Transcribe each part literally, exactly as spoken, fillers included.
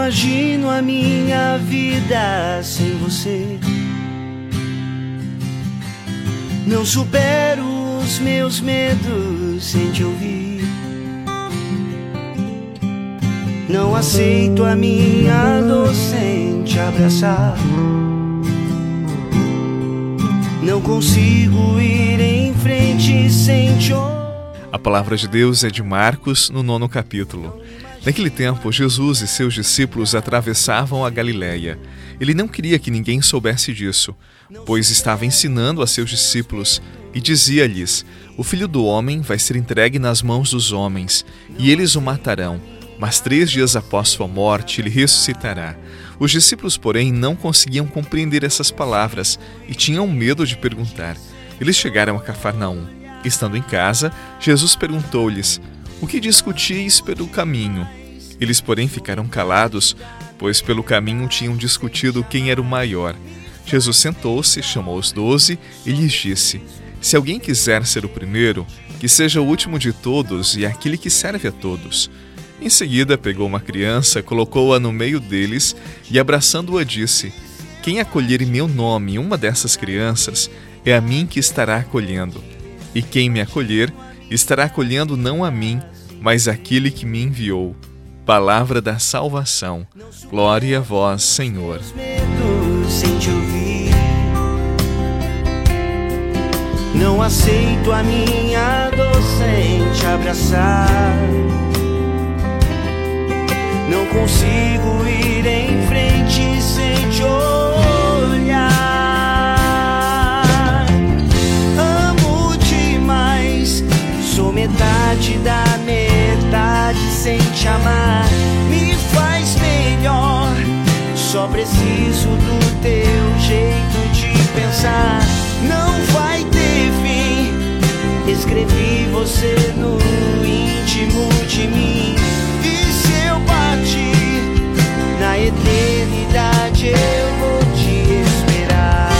imagino a minha vida sem você. Não supero os meus medos sem te ouvir. Não aceito a minha dor sem te abraçar. Não consigo ir em frente sem te ouvir. A palavra de Deus é de Marcos, no nono capítulo. Naquele tempo, Jesus e seus discípulos atravessavam a Galileia. Ele não queria que ninguém soubesse disso, pois estava ensinando a seus discípulos e dizia-lhes: o Filho do Homem vai ser entregue nas mãos dos homens, e eles o matarão, mas três dias após sua morte ele ressuscitará. Os discípulos, porém, não conseguiam compreender essas palavras e tinham medo de perguntar. Eles chegaram a Cafarnaum. Estando em casa, Jesus perguntou-lhes: o que discutis pelo caminho? Eles, porém, ficaram calados, pois pelo caminho tinham discutido quem era o maior. Jesus sentou-se, chamou os doze e lhes disse: se alguém quiser ser o primeiro, que seja o último de todos e aquele que serve a todos. Em seguida, pegou uma criança, colocou-a no meio deles e, abraçando-a, disse: quem acolher em meu nome uma dessas crianças, é a mim que estará acolhendo. E quem me acolher, estará acolhendo não a mim, mas aquele que me enviou. Palavra da salvação. Glória a vós, Senhor. Não aceito a minha dor sem te abraçar. Não consigo ir em frente sem te olhar. Amo demais, sou metade da metade sem te amar. Me faz melhor, só preciso do teu jeito de pensar. Não vai ter fim, escrevi você no íntimo de mim. E se eu partir, na eternidade eu vou te esperar.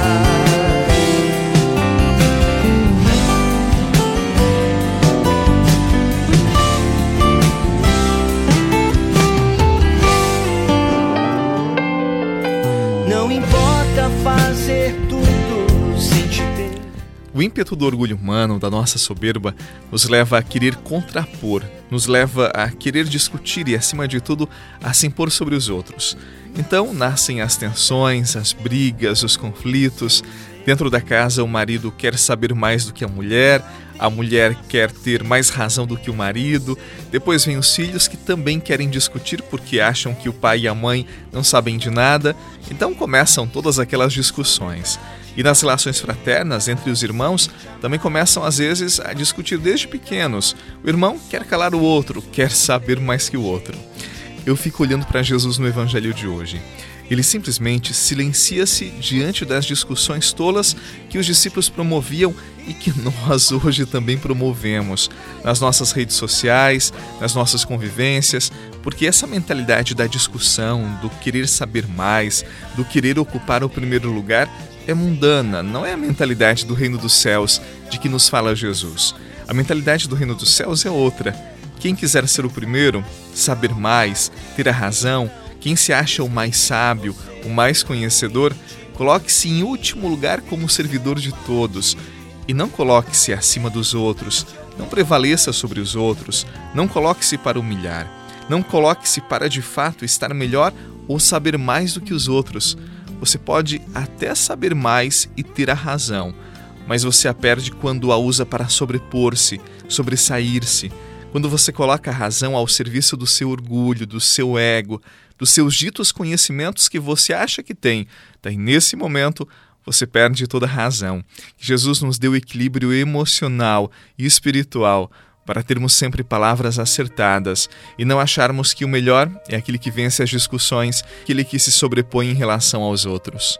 Não importa fazer tudo sem te ter. O ímpeto do orgulho humano, da nossa soberba, nos leva a querer contrapor, nos leva a querer discutir e, acima de tudo, a se impor sobre os outros. Então nascem as tensões, as brigas, os conflitos. Dentro da casa, o marido quer saber mais do que a mulher, a mulher quer ter mais razão do que o marido. Depois vem os filhos, que também querem discutir porque acham que o pai e a mãe não sabem de nada. Então começam todas aquelas discussões. E nas relações fraternas entre os irmãos, também começam às vezes a discutir desde pequenos. O irmão quer calar o outro, quer saber mais que o outro. Eu fico olhando para Jesus no Evangelho de hoje. Ele simplesmente silencia-se diante das discussões tolas que os discípulos promoviam e que nós hoje também promovemos nas nossas redes sociais, nas nossas convivências, porque essa mentalidade da discussão, do querer saber mais, do querer ocupar o primeiro lugar, é mundana, não é a mentalidade do reino dos céus de que nos fala Jesus. A mentalidade do reino dos céus é outra. Quem quiser ser o primeiro, saber mais, ter a razão, quem se acha o mais sábio, o mais conhecedor, coloque-se em último lugar como servidor de todos e não coloque-se acima dos outros, não prevaleça sobre os outros, não coloque-se para humilhar, não coloque-se para de fato estar melhor ou saber mais do que os outros. Você pode até saber mais e ter a razão, mas você a perde quando a usa para sobrepor-se, sobressair-se. Quando você coloca a razão ao serviço do seu orgulho, do seu ego, dos seus ditos conhecimentos que você acha que tem, daí nesse momento você perde toda a razão. Jesus nos deu equilíbrio emocional e espiritual para termos sempre palavras acertadas e não acharmos que o melhor é aquele que vence as discussões, aquele que se sobrepõe em relação aos outros.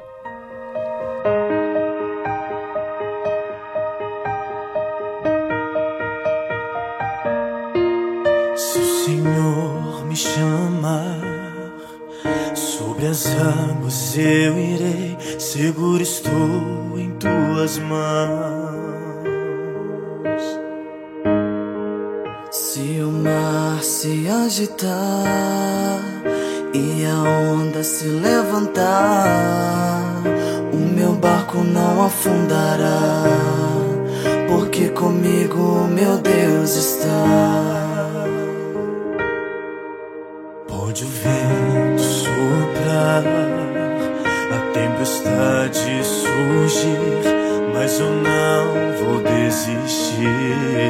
Se o Senhor me chamar, sobre as águas eu irei, seguro estou em tuas mãos. Se o mar se agitar e a onda se levantar, o meu barco não afundará, porque comigo meu Deus está. Pode o vento soprar, a tempestade surgir, mas eu não vou desistir.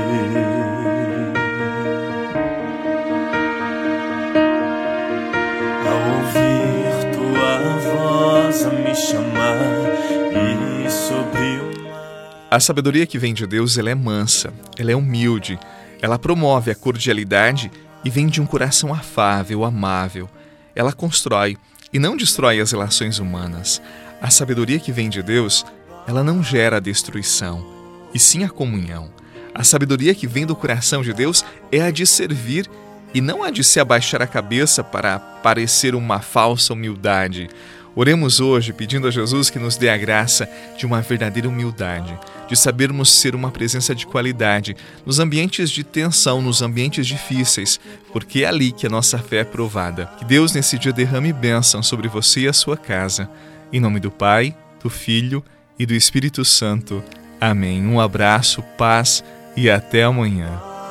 Ao ouvir tua voz a me chamar e sobre o mar. A sabedoria que vem de Deus, ela é mansa, ela é humilde, ela promove a cordialidade e vem de um coração afável, amável. Ela constrói e não destrói as relações humanas. A sabedoria que vem de Deus, ela não gera a destruição, e sim a comunhão. A sabedoria que vem do coração de Deus é a de servir e não a de se abaixar a cabeça para parecer uma falsa humildade. Oremos hoje pedindo a Jesus que nos dê a graça de uma verdadeira humildade, de sabermos ser uma presença de qualidade nos ambientes de tensão, nos ambientes difíceis, porque é ali que a nossa fé é provada. Que Deus nesse dia derrame bênção sobre você e a sua casa. Em nome do Pai, do Filho e do Espírito Santo. Amém. Um abraço, paz e até amanhã.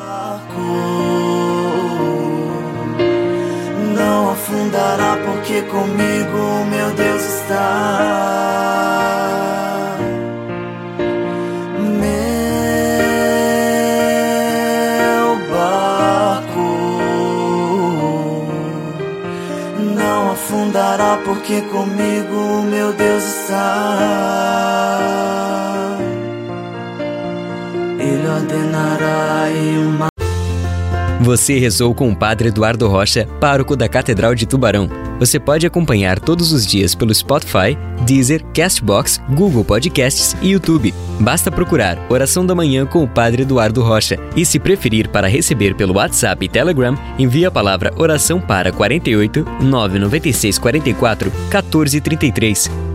Não afundará, porque comigo meu Deus está. Meu barco não afundará, porque comigo meu Deus está. Ele ordenará e o mar. Você rezou com o Padre Eduardo Rocha, pároco da Catedral de Tubarão. Você pode acompanhar todos os dias pelo Spotify, Deezer, Castbox, Google Podcasts e YouTube. Basta procurar Oração da Manhã com o Padre Eduardo Rocha. E se preferir para receber pelo WhatsApp e Telegram, envie a palavra oração para quarenta e oito, nove nove seis, quarenta e quatro, quatorze, trinta e três.